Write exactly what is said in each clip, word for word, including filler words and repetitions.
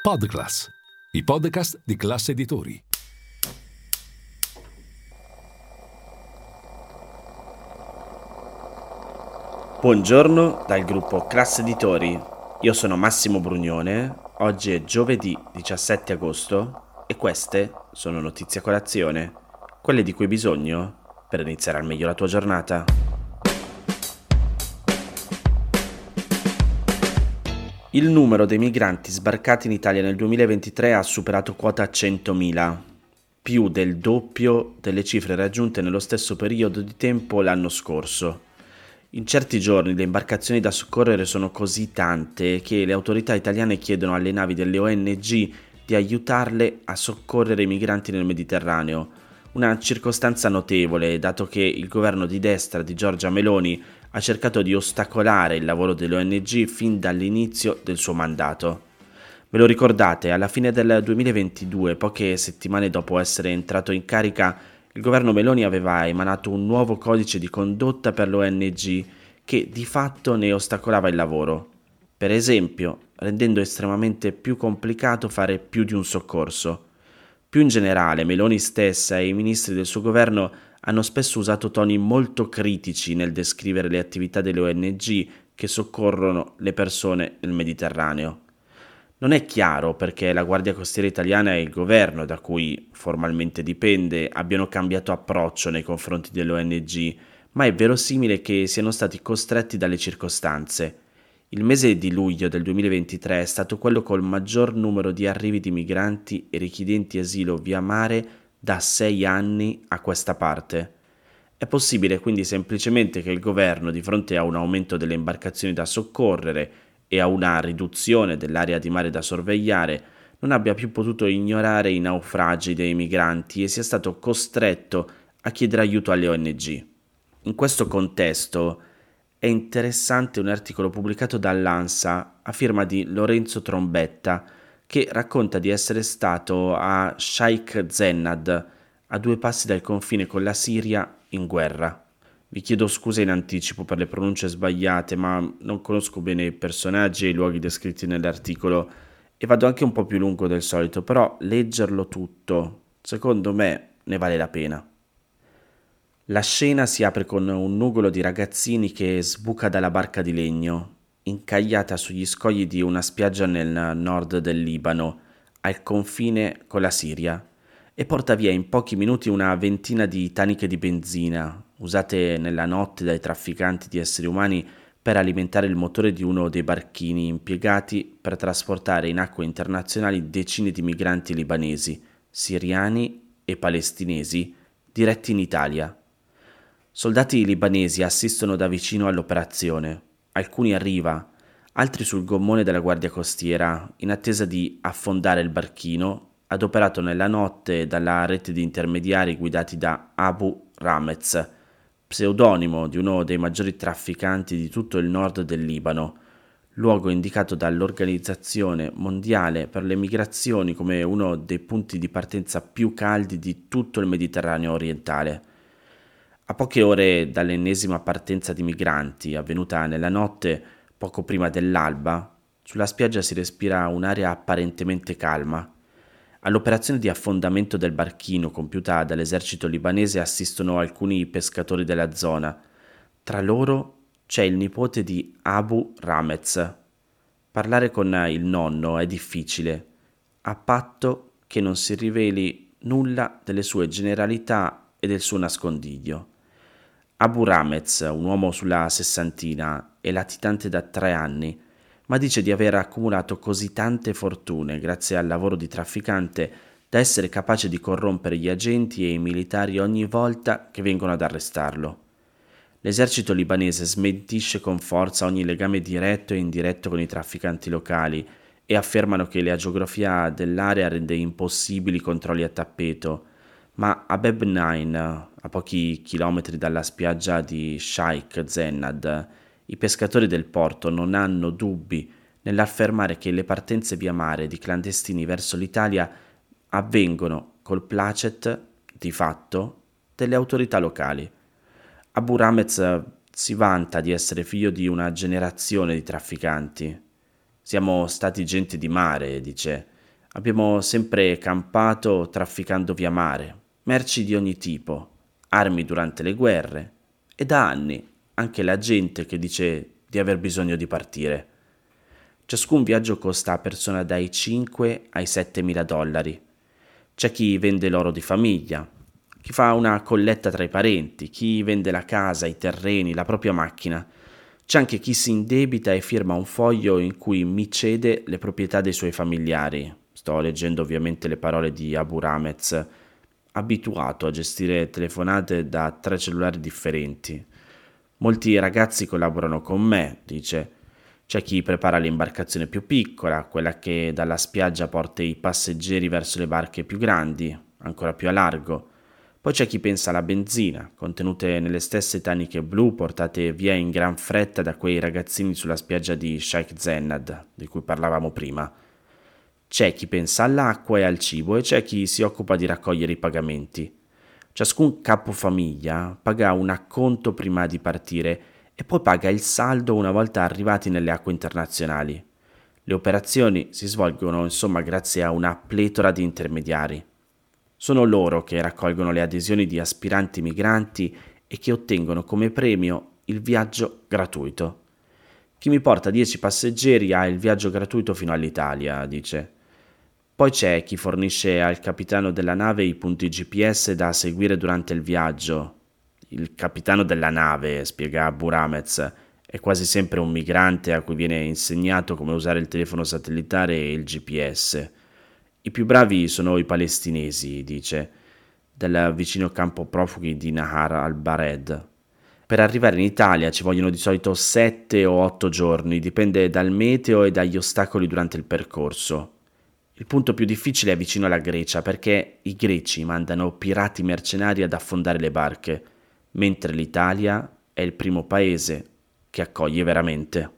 Podclass, i podcast di Classe Editori. Buongiorno dal gruppo Classe Editori. Io sono Massimo Brugnone. Oggi è giovedì diciassette agosto e queste sono notizie a colazione, quelle di cui hai bisogno per iniziare al meglio la tua giornata. Il numero dei migranti sbarcati in Italia nel duemilaventitré ha superato quota centomila, più del doppio delle cifre raggiunte nello stesso periodo di tempo l'anno scorso. In certi giorni le imbarcazioni da soccorrere sono così tante che le autorità italiane chiedono alle navi delle O N G di aiutarle a soccorrere i migranti nel Mediterraneo. Una circostanza notevole, dato che il governo di destra di Giorgia Meloni ha cercato di ostacolare il lavoro delle O N G fin dall'inizio del suo mandato. Ve lo ricordate, alla fine del duemilaventidue, poche settimane dopo essere entrato in carica, il governo Meloni aveva emanato un nuovo codice di condotta per l'O N G che di fatto ne ostacolava il lavoro. Per esempio, rendendo estremamente più complicato fare più di un soccorso. Più in generale, Meloni stessa e i ministri del suo governo hanno spesso usato toni molto critici nel descrivere le attività delle O N G che soccorrono le persone nel Mediterraneo. Non è chiaro perché la Guardia Costiera italiana e il governo, da cui formalmente dipende, abbiano cambiato approccio nei confronti delle O N G, ma è verosimile che siano stati costretti dalle circostanze. Il mese di luglio del duemilaventitré è stato quello col maggior numero di arrivi di migranti e richiedenti asilo via mare da sei anni a questa parte. È possibile quindi semplicemente che il governo, di fronte a un aumento delle imbarcazioni da soccorrere e a una riduzione dell'area di mare da sorvegliare, non abbia più potuto ignorare i naufragi dei migranti e sia stato costretto a chiedere aiuto alle O N G. In questo contesto è interessante un articolo pubblicato dall'ANSA a firma di Lorenzo Trombetta che racconta di essere stato a Sheikh Zennad, a due passi dal confine con la Siria, in guerra. Vi chiedo scusa in anticipo per le pronunce sbagliate, ma non conosco bene i personaggi e i luoghi descritti nell'articolo e vado anche un po' più lungo del solito, però leggerlo tutto, secondo me, ne vale la pena. La scena si apre con un nugolo di ragazzini che sbuca dalla barca di legno, incagliata sugli scogli di una spiaggia nel nord del Libano, al confine con la Siria, e porta via in pochi minuti una ventina di taniche di benzina, usate nella notte dai trafficanti di esseri umani per alimentare il motore di uno dei barchini impiegati per trasportare in acque internazionali decine di migranti libanesi, siriani e palestinesi diretti in Italia. Soldati libanesi assistono da vicino all'operazione, alcuni a riva, altri sul gommone della Guardia Costiera, in attesa di affondare il barchino, adoperato nella notte dalla rete di intermediari guidati da Abu Ramez, pseudonimo di uno dei maggiori trafficanti di tutto il nord del Libano, luogo indicato dall'Organizzazione Mondiale per le Migrazioni come uno dei punti di partenza più caldi di tutto il Mediterraneo orientale. A poche ore dall'ennesima partenza di migranti, avvenuta nella notte poco prima dell'alba, sulla spiaggia si respira un'aria apparentemente calma. All'operazione di affondamento del barchino compiuta dall'esercito libanese assistono alcuni pescatori della zona. Tra loro c'è il nipote di Abu Ramez. Parlare con il nonno è difficile, a patto che non si riveli nulla delle sue generalità e del suo nascondiglio. Abu Ramez, un uomo sulla sessantina, è latitante da tre anni, ma dice di aver accumulato così tante fortune grazie al lavoro di trafficante da essere capace di corrompere gli agenti e i militari ogni volta che vengono ad arrestarlo. L'esercito libanese smentisce con forza ogni legame diretto e indiretto con i trafficanti locali e affermano che la geografia dell'area rende impossibili i controlli a tappeto, ma a Bab Nain, a pochi chilometri dalla spiaggia di Sheikh Zennad, i pescatori del porto non hanno dubbi nell'affermare che le partenze via mare di clandestini verso l'Italia avvengono col placet, di fatto, delle autorità locali. Abu Ramez si vanta di essere figlio di una generazione di trafficanti. Siamo stati gente di mare, dice, Abbiamo sempre campato trafficando via mare, merci di ogni tipo, armi durante le guerre e da anni anche la gente che dice di aver bisogno di partire. Ciascun viaggio costa a persona dai cinque ai sette mila dollari. C'è chi vende l'oro di famiglia, chi fa una colletta tra i parenti, chi vende la casa, i terreni, la propria macchina. C'è anche chi si indebita e firma un foglio in cui mi cede le proprietà dei suoi familiari. Sto leggendo ovviamente le parole di Abu Ramez, abituato a gestire telefonate da tre cellulari differenti. Molti ragazzi collaborano con me, dice. C'è chi prepara l'imbarcazione più piccola, quella che dalla spiaggia porta i passeggeri verso le barche più grandi, ancora più a largo. Poi c'è chi pensa alla benzina, contenute nelle stesse taniche blu portate via in gran fretta da quei ragazzini sulla spiaggia di Sheikh Zayed, di cui parlavamo prima. C'è chi pensa all'acqua e al cibo e c'è chi si occupa di raccogliere i pagamenti. Ciascun capofamiglia paga un acconto prima di partire e poi paga il saldo una volta arrivati nelle acque internazionali. Le operazioni si svolgono insomma grazie a una pletora di intermediari. Sono loro che raccolgono le adesioni di aspiranti migranti e che ottengono come premio il viaggio gratuito. Chi mi porta dieci passeggeri ha il viaggio gratuito fino all'Italia, dice. Poi c'è chi fornisce al capitano della nave i punti G P S da seguire durante il viaggio. Il capitano della nave, spiega Abu Ramez, è quasi sempre un migrante a cui viene insegnato come usare il telefono satellitare e il G P S. I più bravi sono i palestinesi, dice, del vicino campo profughi di Nahar al-Bared. Per arrivare in Italia ci vogliono di solito sette o otto giorni, dipende dal meteo e dagli ostacoli durante il percorso. Il punto più difficile è vicino alla Grecia perché i greci mandano pirati mercenari ad affondare le barche, mentre l'Italia è il primo paese che accoglie veramente.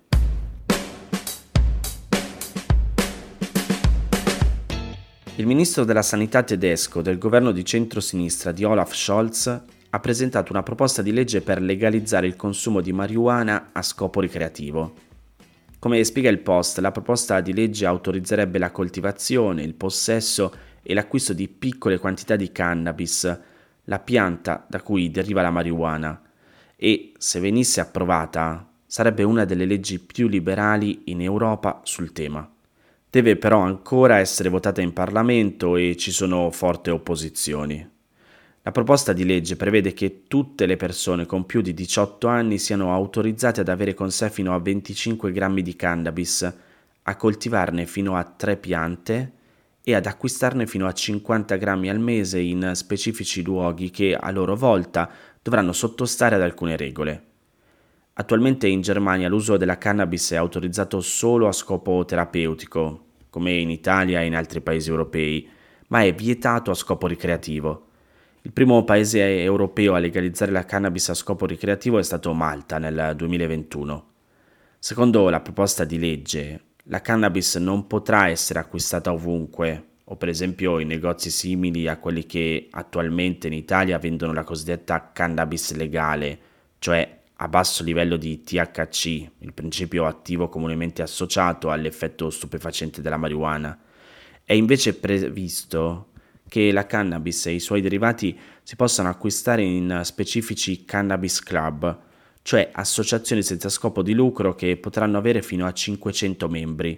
Il ministro della Sanità tedesco del governo di centrosinistra di Olaf Scholz ha presentato una proposta di legge per legalizzare il consumo di marijuana a scopo ricreativo. Come spiega il Post, la proposta di legge autorizzerebbe la coltivazione, il possesso e l'acquisto di piccole quantità di cannabis, la pianta da cui deriva la marijuana, e, se venisse approvata, sarebbe una delle leggi più liberali in Europa sul tema. Deve però ancora essere votata in Parlamento e ci sono forti opposizioni. La proposta di legge prevede che tutte le persone con più di diciotto anni siano autorizzate ad avere con sé fino a venticinque grammi di cannabis, a coltivarne fino a tre piante e ad acquistarne fino a cinquanta grammi al mese in specifici luoghi che a loro volta dovranno sottostare ad alcune regole. Attualmente in Germania l'uso della cannabis è autorizzato solo a scopo terapeutico, come in Italia e in altri paesi europei, ma è vietato a scopo ricreativo. Il primo paese europeo a legalizzare la cannabis a scopo ricreativo è stato Malta nel duemilaventuno. Secondo la proposta di legge, la cannabis non potrà essere acquistata ovunque, o per esempio in negozi simili a quelli che attualmente in Italia vendono la cosiddetta cannabis legale, cioè a basso livello di T H C, il principio attivo comunemente associato all'effetto stupefacente della marijuana. È invece previsto che la cannabis e i suoi derivati si possano acquistare in specifici cannabis club, cioè associazioni senza scopo di lucro che potranno avere fino a cinquecento membri,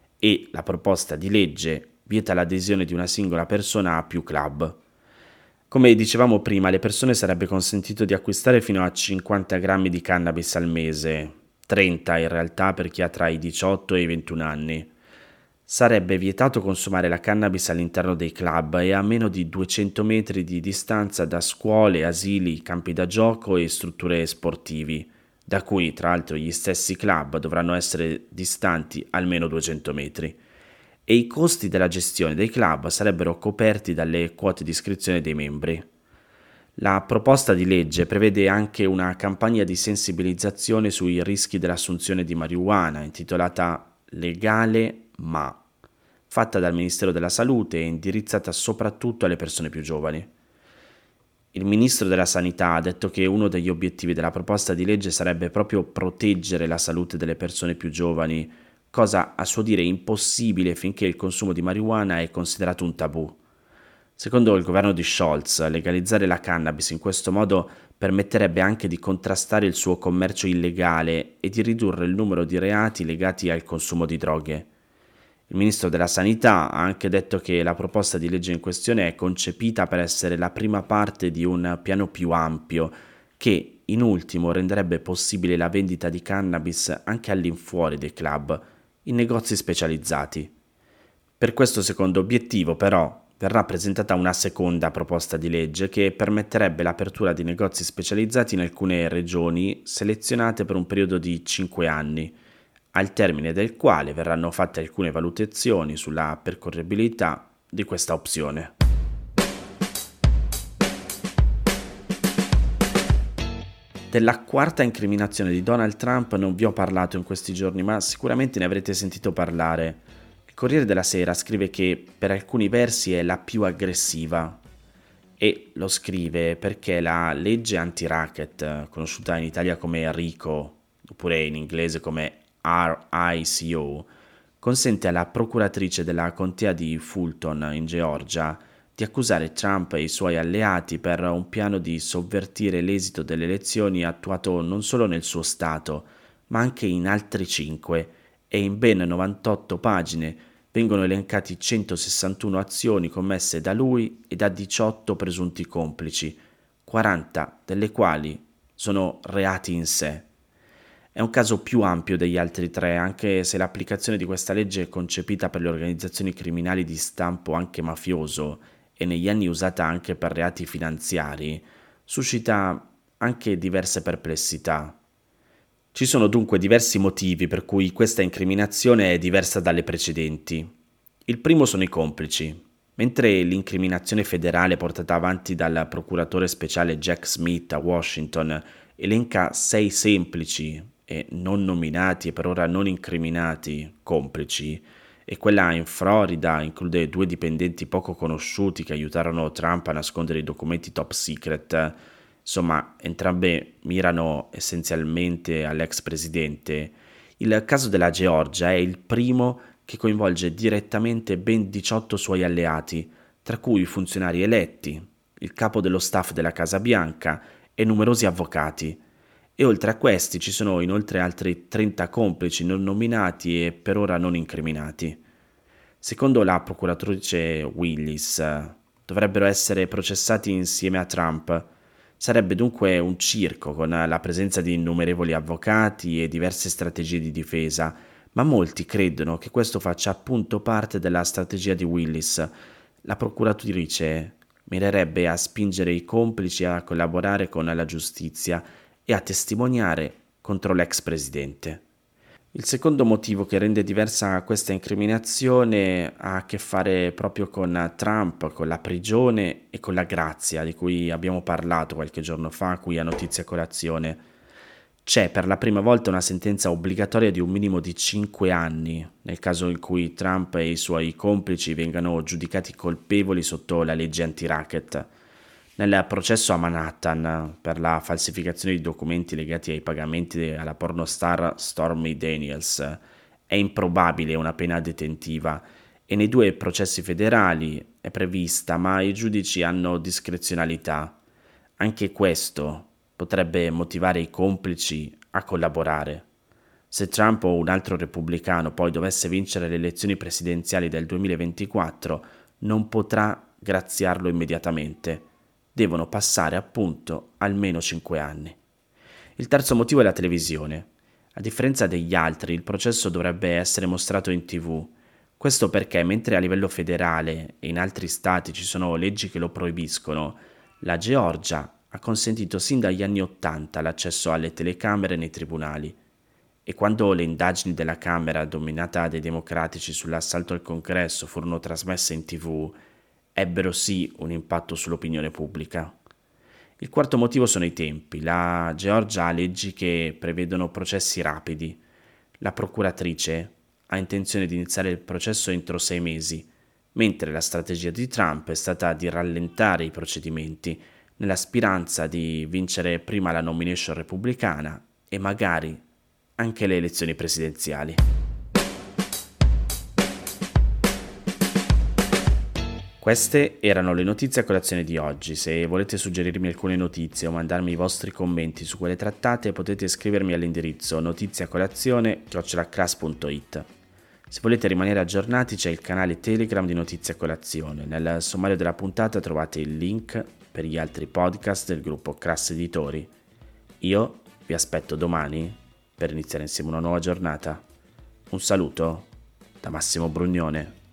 e la proposta di legge vieta l'adesione di una singola persona a più club. Come dicevamo prima, alle persone sarebbe consentito di acquistare fino a cinquanta grammi di cannabis al mese, trenta in realtà per chi ha tra i diciotto e i ventuno anni. Sarebbe vietato consumare la cannabis all'interno dei club e a meno di duecento metri di distanza da scuole, asili, campi da gioco e strutture sportivi, da cui tra l'altro gli stessi club dovranno essere distanti almeno duecento metri. E i costi della gestione dei club sarebbero coperti dalle quote di iscrizione dei membri. La proposta di legge prevede anche una campagna di sensibilizzazione sui rischi dell'assunzione di marijuana, intitolata Legale ma, fatta dal Ministero della Salute e indirizzata soprattutto alle persone più giovani. Il Ministro della Sanità ha detto che uno degli obiettivi della proposta di legge sarebbe proprio proteggere la salute delle persone più giovani cosa a suo dire impossibile finché il consumo di marijuana è considerato un tabù. Secondo il governo di Scholz, legalizzare la cannabis in questo modo permetterebbe anche di contrastare il suo commercio illegale e di ridurre il numero di reati legati al consumo di droghe. Il ministro della Sanità ha anche detto che la proposta di legge in questione è concepita per essere la prima parte di un piano più ampio che, in ultimo, renderebbe possibile la vendita di cannabis anche all'infuori dei club, in negozi specializzati. Per questo secondo obiettivo, però, verrà presentata una seconda proposta di legge che permetterebbe l'apertura di negozi specializzati in alcune regioni selezionate per un periodo di cinque anni, al termine del quale verranno fatte alcune valutazioni sulla percorribilità di questa opzione. Della quarta incriminazione di Donald Trump non vi ho parlato in questi giorni, ma sicuramente ne avrete sentito parlare. Il Corriere della Sera scrive che per alcuni versi è la più aggressiva e lo scrive perché la legge anti-racket, conosciuta in Italia come RICO, oppure in inglese come R I C O, consente alla procuratrice della contea di Fulton in Georgia di accusare Trump e i suoi alleati per un piano di sovvertire l'esito delle elezioni attuato non solo nel suo stato, ma anche in altri cinque, e in ben novantotto pagine vengono elencati centosessantuno azioni commesse da lui e da diciotto presunti complici, quaranta delle quali sono reati in sé. È un caso più ampio degli altri tre, anche se l'applicazione di questa legge è concepita per le organizzazioni criminali di stampo anche mafioso e negli anni usata anche per reati finanziari, suscita anche diverse perplessità. Ci sono dunque diversi motivi per cui questa incriminazione è diversa dalle precedenti. Il primo sono i complici. Mentre l'incriminazione federale portata avanti dal procuratore speciale Jack Smith a Washington elenca sei semplici e non nominati e per ora non incriminati complici, e quella in Florida include due dipendenti poco conosciuti che aiutarono Trump a nascondere i documenti top secret. Insomma, entrambe mirano essenzialmente all'ex presidente. Il caso della Georgia è il primo che coinvolge direttamente ben diciotto suoi alleati, tra cui funzionari eletti, il capo dello staff della Casa Bianca e numerosi avvocati. E oltre a questi ci sono inoltre altri trenta complici non nominati e per ora non incriminati. Secondo la procuratrice Willis, dovrebbero essere processati insieme a Trump. Sarebbe dunque un circo con la presenza di innumerevoli avvocati e diverse strategie di difesa, ma molti credono che questo faccia appunto parte della strategia di Willis. La procuratrice mirerebbe a spingere i complici a collaborare con la giustizia e a testimoniare contro l'ex presidente. Il secondo motivo che rende diversa questa incriminazione ha a che fare proprio con Trump, con la prigione e con la grazia di cui abbiamo parlato qualche giorno fa qui a Notizia Colazione. C'è per la prima volta una sentenza obbligatoria di un minimo di cinque anni nel caso in cui Trump e i suoi complici vengano giudicati colpevoli sotto la legge anti-racket. Nel processo a Manhattan per la falsificazione di documenti legati ai pagamenti alla pornostar Stormy Daniels è improbabile una pena detentiva e nei due processi federali è prevista, ma i giudici hanno discrezionalità. Anche questo potrebbe motivare i complici a collaborare. Se Trump o un altro repubblicano poi dovesse vincere le elezioni presidenziali del duemilaventiquattro, non potrà graziarlo immediatamente. Devono passare appunto almeno cinque anni. Il terzo motivo è la televisione. A differenza degli altri, il processo dovrebbe essere mostrato in tivù. Questo perché, mentre a livello federale e in altri stati ci sono leggi che lo proibiscono, la Georgia ha consentito sin dagli anni Ottanta l'accesso alle telecamere nei tribunali. E quando le indagini della Camera, dominata dai democratici sull'assalto al Congresso, furono trasmesse in tivù, ebbero sì un impatto sull'opinione pubblica. Il quarto motivo sono i tempi. La Georgia ha leggi che prevedono processi rapidi. La procuratrice ha intenzione di iniziare il processo entro sei mesi, mentre la strategia di Trump è stata di rallentare i procedimenti, nella speranza di vincere prima la nomination repubblicana e magari anche le elezioni presidenziali. Queste erano le notizie a colazione di oggi. Se volete suggerirmi alcune notizie o mandarmi i vostri commenti su quelle trattate, potete scrivermi all'indirizzo notiziacolazione chiocciola cras punto it. Se volete rimanere aggiornati c'è il canale Telegram di Notizie a Colazione. Nel sommario della puntata trovate il link per gli altri podcast del gruppo Cras Editori. Io vi aspetto domani per iniziare insieme una nuova giornata. Un saluto da Massimo Brugnone.